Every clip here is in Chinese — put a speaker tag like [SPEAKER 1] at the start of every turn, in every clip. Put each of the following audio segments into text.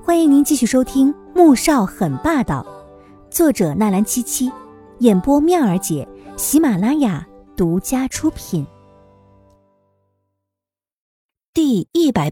[SPEAKER 1] 欢迎您继续收听《穆少很霸道》，作者纳兰七七，演播妙儿姐，喜马拉雅独家出品。第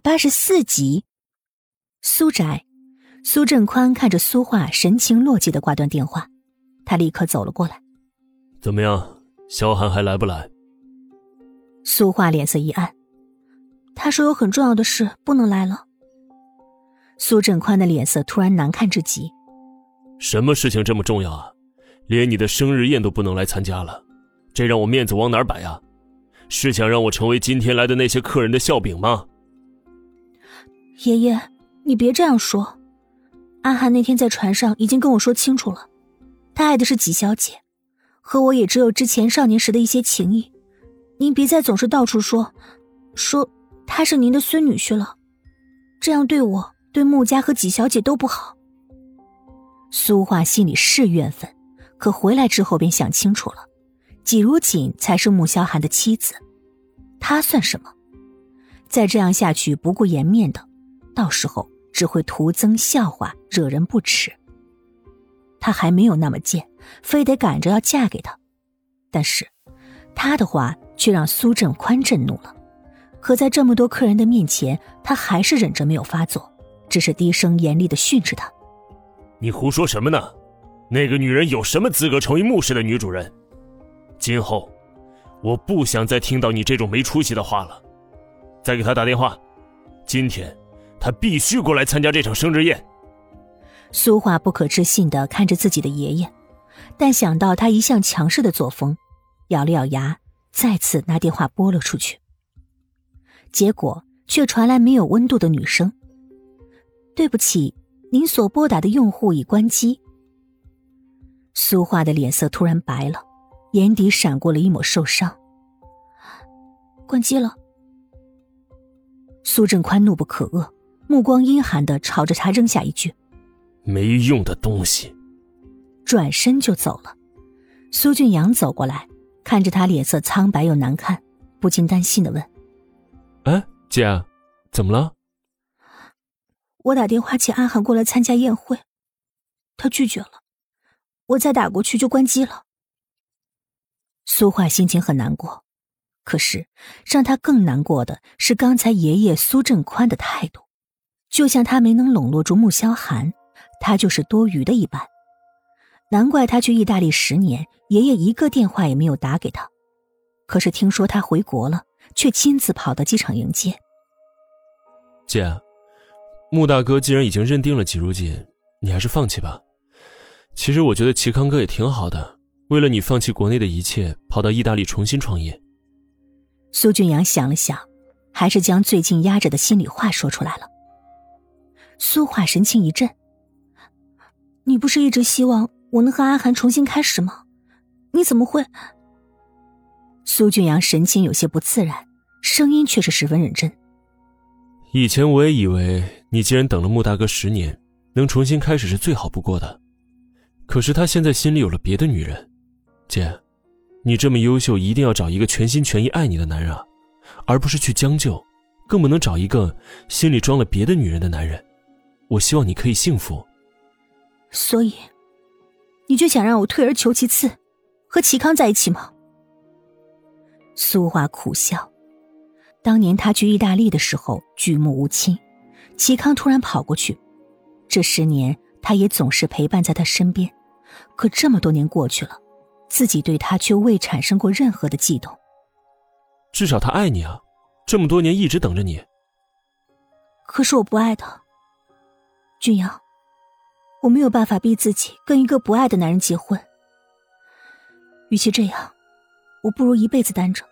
[SPEAKER 1] 184集。苏宅，苏振宽看着苏画神情落寂地挂断电话，他立刻走了过来。
[SPEAKER 2] 怎么样，萧寒还来不来？
[SPEAKER 1] 苏画脸色一暗，他说有很重要的事不能来了。苏振宽的脸色突然难看至极。
[SPEAKER 2] 什么事情这么重要啊？连你的生日宴都不能来参加了，这让我面子往哪儿摆啊？是想让我成为今天来的那些客人的笑柄吗？
[SPEAKER 1] 爷爷，你别这样说。阿涵那天在船上已经跟我说清楚了，他爱的是纪小姐，和我也只有之前少年时的一些情谊。您别再总是到处说她是您的孙女婿了，这样对我对穆家和纪小姐都不好。苏画心里是怨愤，可回来之后便想清楚了，纪如锦才是穆萧寒的妻子，她算什么？再这样下去不顾颜面的，到时候只会徒增笑话，惹人不齿。她还没有那么贱，非得赶着要嫁给他。但是她的话却让苏振宽震怒了，可在这么多客人的面前，他还是忍着没有发作，只是低声严厉地训斥他。
[SPEAKER 2] 你胡说什么呢？那个女人有什么资格成为穆氏的女主人？今后我不想再听到你这种没出息的话了。再给她打电话，今天她必须过来参加这场生日宴。
[SPEAKER 1] 苏画不可置信地看着自己的爷爷，但想到他一向强势的作风，咬了咬牙，再次拿电话拨了出去。结果却传来没有温度的女声：对不起，您所拨打的用户已关机。苏画的脸色突然白了，眼底闪过了一抹受伤。关机了。苏振宽怒不可遏，目光阴寒地朝着他扔下一句：
[SPEAKER 2] 没用的东西。
[SPEAKER 1] 转身就走了。苏俊阳走过来，看着他脸色苍白又难看，不禁担心地问：
[SPEAKER 2] 哎，姐，怎么了？
[SPEAKER 1] 我打电话请阿涵过来参加宴会，他拒绝了，我再打过去就关机了。苏画心情很难过，可是让他更难过的是刚才爷爷苏振宽的态度，就像他没能笼络住穆萧寒，他就是多余的一般。难怪他去意大利10年，爷爷一个电话也没有打给他，可是听说他回国了，却亲自跑到机场迎接。
[SPEAKER 2] 姐，穆大哥既然已经认定了纪如锦，你还是放弃吧。其实我觉得齐康哥也挺好的，为了你放弃国内的一切，跑到意大利重新创业。
[SPEAKER 1] 苏俊阳想了想，还是将最近压着的心里话说出来了。苏画神情一震：你不是一直希望我能和阿涵重新开始吗？你怎么会……苏俊阳神情有些不自然，声音却是十分认真。
[SPEAKER 2] 以前我也以为你既然等了穆大哥10年，能重新开始是最好不过的。可是他现在心里有了别的女人。姐，你这么优秀，一定要找一个全心全意爱你的男人啊，而不是去将就，更不能找一个心里装了别的女人的男人。我希望你可以幸福。
[SPEAKER 1] 所以你就想让我退而求其次，和齐康在一起吗？苏画苦笑。当年他去意大利的时候举目无亲，齐康突然跑过去，这10年他也总是陪伴在他身边，可这么多年过去了，自己对他却未产生过任何的悸动。
[SPEAKER 2] 至少他爱你啊，这么多年一直等着你。
[SPEAKER 1] 可是我不爱他。俊阳，我没有办法逼自己跟一个不爱的男人结婚。与其这样，我不如一辈子单着。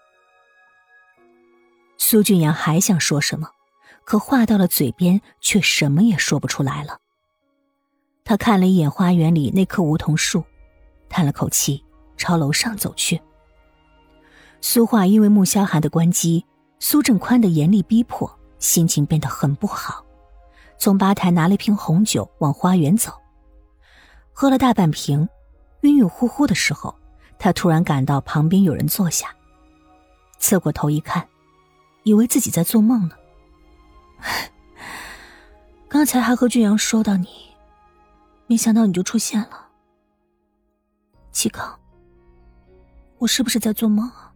[SPEAKER 1] 苏俊阳还想说什么，可话到了嘴边却什么也说不出来了。他看了一眼花园里那棵梧桐树，叹了口气，朝楼上走去。苏画因为穆萧寒的关机，苏振宽的严厉逼迫，心情变得很不好，从吧台拿了一瓶红酒往花园走。喝了大半瓶，晕晕乎乎的时候，他突然感到旁边有人坐下，侧过头一看，以为自己在做梦呢。刚刚才还和俊阳说到你，没想到你就出现了。齐康，我是不是在做梦啊？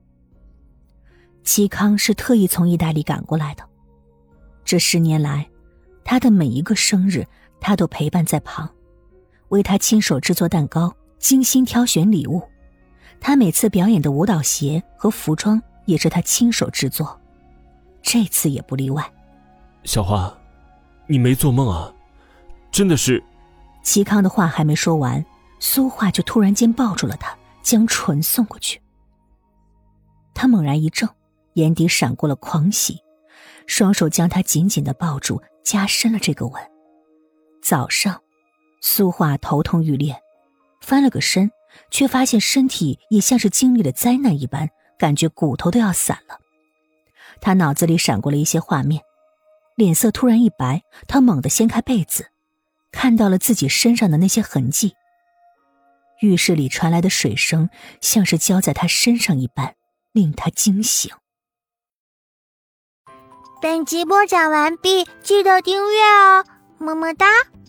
[SPEAKER 1] 齐康是特意从意大利赶过来的，这10年来，他的每一个生日，他都陪伴在旁，为他亲手制作蛋糕，精心挑选礼物。他每次表演的舞蹈鞋和服装也是他亲手制作，这次也不例外。
[SPEAKER 2] 小花，你没做梦啊？真的是……
[SPEAKER 1] 齐康的话还没说完，苏画就突然间抱住了他，将唇送过去。他猛然一怔，眼底闪过了狂喜，双手将他紧紧地抱住，加深了这个吻。早上，苏画头痛欲裂，翻了个身，却发现身体也像是经历了灾难一般，感觉骨头都要散了。他脑子里闪过了一些画面，脸色突然一白，他猛地掀开被子，看到了自己身上的那些痕迹。浴室里传来的水声像是浇在他身上一般，令他惊醒。
[SPEAKER 3] 本集播讲完毕，记得订阅哦，么么哒。